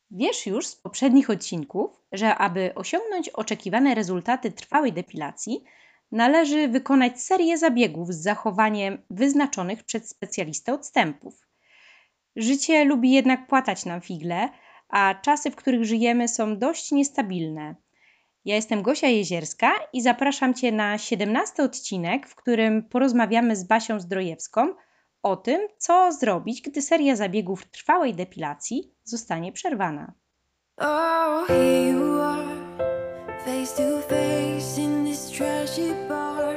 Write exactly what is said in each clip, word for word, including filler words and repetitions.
Wiesz już z poprzednich odcinków, że aby osiągnąć oczekiwane rezultaty trwałej depilacji, należy wykonać serię zabiegów z zachowaniem wyznaczonych przez specjalistę odstępów. Życie lubi jednak płatać nam figle, a czasy, w których żyjemy, są dość niestabilne. Ja jestem Gosia Jezierska i zapraszam Cię na siedemnasty odcinek, w którym porozmawiamy z Basią Zdrojewską o tym, co zrobić, gdy seria zabiegów trwałej depilacji zostanie przerwana. Oh, here you are, face to face in this trashy bar.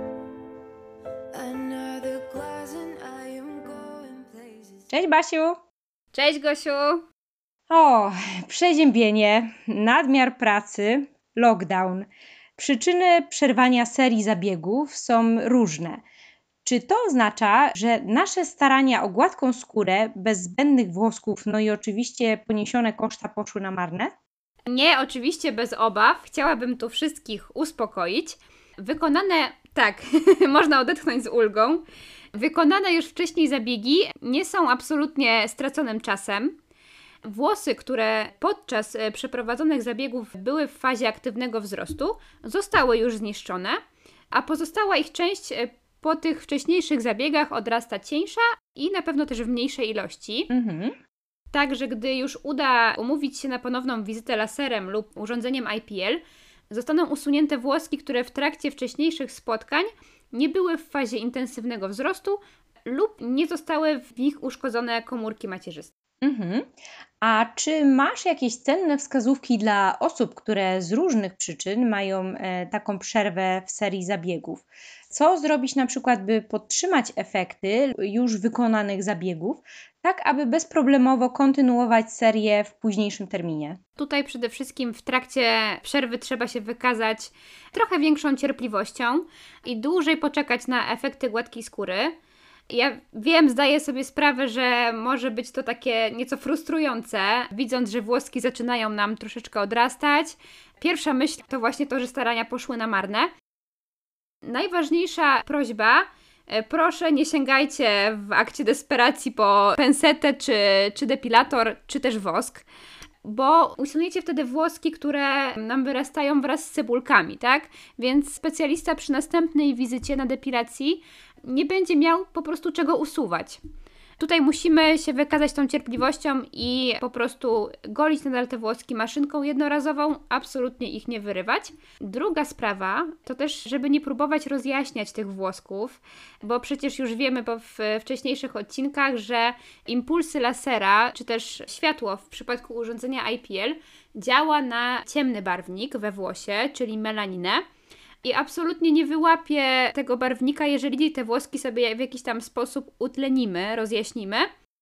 Another glass and I am going places. Cześć Basiu! Cześć Gosiu! O, przeziębienie, nadmiar pracy, lockdown. Przyczyny przerwania serii zabiegów są różne. Czy to oznacza, że nasze starania o gładką skórę, bez zbędnych włosków, no i oczywiście poniesione koszta poszły na marne? Nie, oczywiście bez obaw. Chciałabym tu wszystkich uspokoić. Wykonane, tak, można odetchnąć z ulgą. Wykonane już wcześniej zabiegi nie są absolutnie straconym czasem. Włosy, które podczas przeprowadzonych zabiegów były w fazie aktywnego wzrostu, zostały już zniszczone, a pozostała ich część po tych wcześniejszych zabiegach odrasta cieńsza i na pewno też w mniejszej ilości. Mhm. Także gdy już uda umówić się na ponowną wizytę laserem lub urządzeniem I P L, zostaną usunięte włoski, które w trakcie wcześniejszych spotkań nie były w fazie intensywnego wzrostu lub nie zostały w nich uszkodzone komórki macierzyste. Mhm. A czy masz jakieś cenne wskazówki dla osób, które z różnych przyczyn mają e, taką przerwę w serii zabiegów? Co zrobić na przykład, by podtrzymać efekty już wykonanych zabiegów, tak aby bezproblemowo kontynuować serię w późniejszym terminie? Tutaj przede wszystkim w trakcie przerwy trzeba się wykazać trochę większą cierpliwością i dłużej poczekać na efekty gładkiej skóry. Ja wiem, zdaję sobie sprawę, że może być to takie nieco frustrujące, widząc, że włoski zaczynają nam troszeczkę odrastać. Pierwsza myśl to właśnie to, że starania poszły na marne. Najważniejsza prośba, proszę nie sięgajcie w akcie desperacji po pensetę, czy, czy depilator, czy też wosk, bo usuniecie wtedy włoski, które nam wyrastają wraz z cebulkami, tak? Więc specjalista przy następnej wizycie na depilacji nie będzie miał po prostu czego usuwać. Tutaj musimy się wykazać tą cierpliwością i po prostu golić nadal te włoski maszynką jednorazową, absolutnie ich nie wyrywać. Druga sprawa to też, żeby nie próbować rozjaśniać tych włosków, bo przecież już wiemy po w wcześniejszych odcinkach, że impulsy lasera, czy też światło w przypadku urządzenia I P L działa na ciemny barwnik we włosie, czyli melaninę. I absolutnie nie wyłapie tego barwnika, jeżeli te włoski sobie w jakiś tam sposób utlenimy, rozjaśnimy.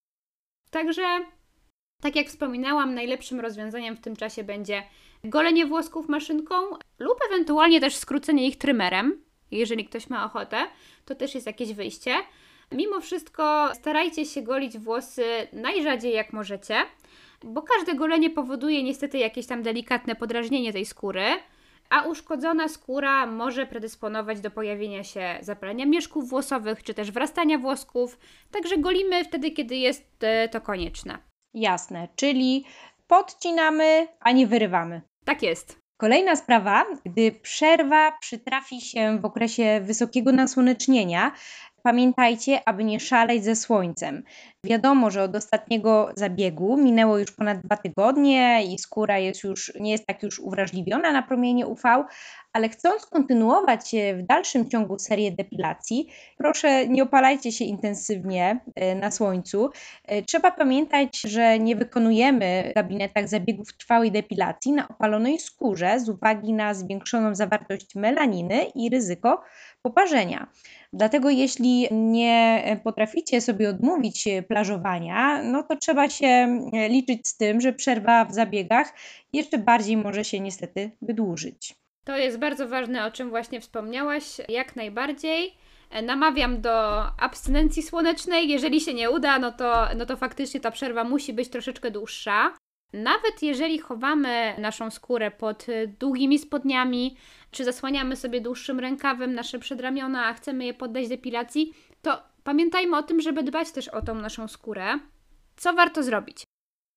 Także, tak jak wspominałam, najlepszym rozwiązaniem w tym czasie będzie golenie włosków maszynką lub ewentualnie też skrócenie ich trymerem. Jeżeli ktoś ma ochotę, to też jest jakieś wyjście. Mimo wszystko starajcie się golić włosy najrzadziej jak możecie, bo każde golenie powoduje niestety jakieś tam delikatne podrażnienie tej skóry, a uszkodzona skóra może predysponować do pojawienia się zapalenia mieszków włosowych, czy też wrastania włosków, także golimy wtedy, kiedy jest to konieczne. Jasne, czyli podcinamy, a nie wyrywamy. Tak jest. Kolejna sprawa, gdy przerwa przytrafi się w okresie wysokiego nasłonecznienia, pamiętajcie, aby nie szaleć ze słońcem. Wiadomo, że od ostatniego zabiegu minęło już ponad dwa tygodnie i skóra jest już, nie jest tak już uwrażliwiona na promienie U V, ale chcąc kontynuować w dalszym ciągu serię depilacji, proszę nie opalajcie się intensywnie na słońcu. Trzeba pamiętać, że nie wykonujemy w gabinetach zabiegów trwałej depilacji na opalonej skórze z uwagi na zwiększoną zawartość melaniny i ryzyko poparzenia. Dlatego jeśli nie potraficie sobie odmówić plażowania, no to trzeba się liczyć z tym, że przerwa w zabiegach jeszcze bardziej może się niestety wydłużyć. To jest bardzo ważne, o czym właśnie wspomniałaś, jak najbardziej. Namawiam do abstynencji słonecznej. Jeżeli się nie uda, no to, no to faktycznie ta przerwa musi być troszeczkę dłuższa. Nawet jeżeli chowamy naszą skórę pod długimi spodniami, czy zasłaniamy sobie dłuższym rękawem nasze przedramiona, a chcemy je poddać depilacji, to pamiętajmy o tym, żeby dbać też o tą naszą skórę. Co warto zrobić?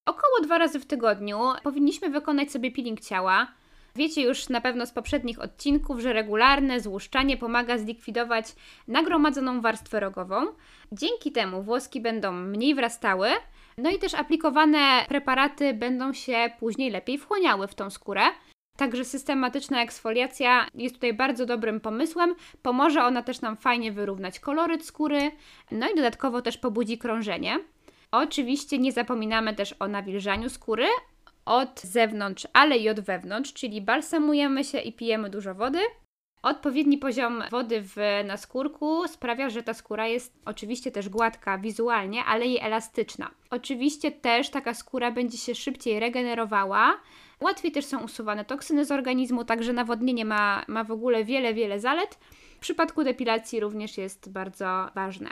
Około dwa razy w tygodniu powinniśmy wykonać sobie peeling ciała. Wiecie już na pewno z poprzednich odcinków, że regularne złuszczanie pomaga zlikwidować nagromadzoną warstwę rogową. Dzięki temu włoski będą mniej wrastały, no i też aplikowane preparaty będą się później lepiej wchłaniały w tą skórę. Także systematyczna eksfoliacja jest tutaj bardzo dobrym pomysłem. Pomoże ona też nam fajnie wyrównać koloryt skóry, no i dodatkowo też pobudzi krążenie. Oczywiście nie zapominamy też o nawilżaniu skóry od zewnątrz, ale i od wewnątrz, czyli balsamujemy się i pijemy dużo wody. Odpowiedni poziom wody w naskórku sprawia, że ta skóra jest oczywiście też gładka wizualnie, ale i elastyczna. Oczywiście też taka skóra będzie się szybciej regenerowała, łatwiej też są usuwane toksyny z organizmu, także nawodnienie ma, ma w ogóle wiele, wiele zalet. W przypadku depilacji również jest bardzo ważne.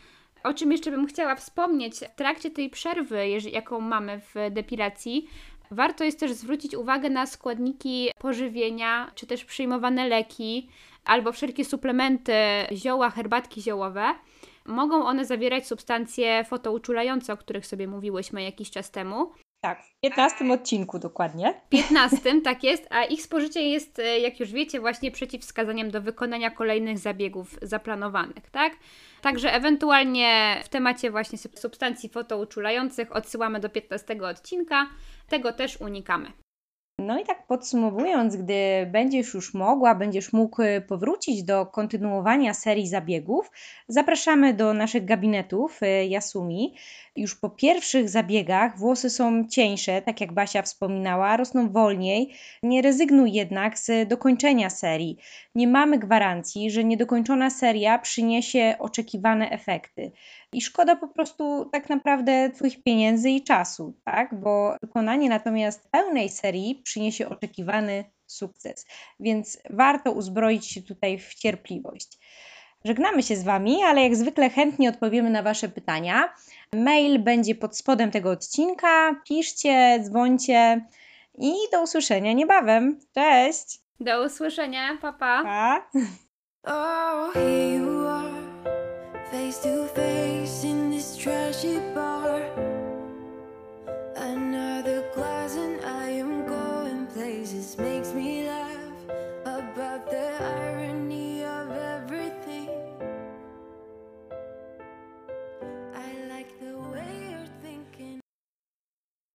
O czym jeszcze bym chciała wspomnieć, w trakcie tej przerwy, jaką mamy w depilacji, warto jest też zwrócić uwagę na składniki pożywienia, czy też przyjmowane leki, albo wszelkie suplementy, zioła, herbatki ziołowe. Mogą one zawierać substancje fotouczulające, o których sobie mówiłyśmy jakiś czas temu. Tak, w piętnastym odcinku dokładnie. W piętnastym, tak jest, a ich spożycie jest, jak już wiecie, właśnie przeciwwskazaniem do wykonania kolejnych zabiegów zaplanowanych, tak? Także ewentualnie w temacie właśnie substancji fotouczulających odsyłamy do piętnastego odcinka, tego też unikamy. No i tak podsumowując, gdy będziesz już mogła, będziesz mógł powrócić do kontynuowania serii zabiegów, zapraszamy do naszych gabinetów Yasumi. Już po pierwszych zabiegach włosy są cieńsze, tak jak Basia wspominała, rosną wolniej. Nie rezygnuj jednak z dokończenia serii. Nie mamy gwarancji, że niedokończona seria przyniesie oczekiwane efekty. I szkoda po prostu tak naprawdę Twoich pieniędzy i czasu, tak? Bo wykonanie natomiast pełnej serii przyniesie oczekiwany sukces, więc warto uzbroić się tutaj w cierpliwość. Żegnamy się z Wami, ale jak zwykle chętnie odpowiemy na Wasze pytania. Mail będzie pod spodem tego odcinka. Piszcie, dzwońcie i do usłyszenia niebawem. Cześć! Do usłyszenia, pa pa! Pa! Oh, here you are, face to face in this trashy bar. Another glass and I am going places, makes me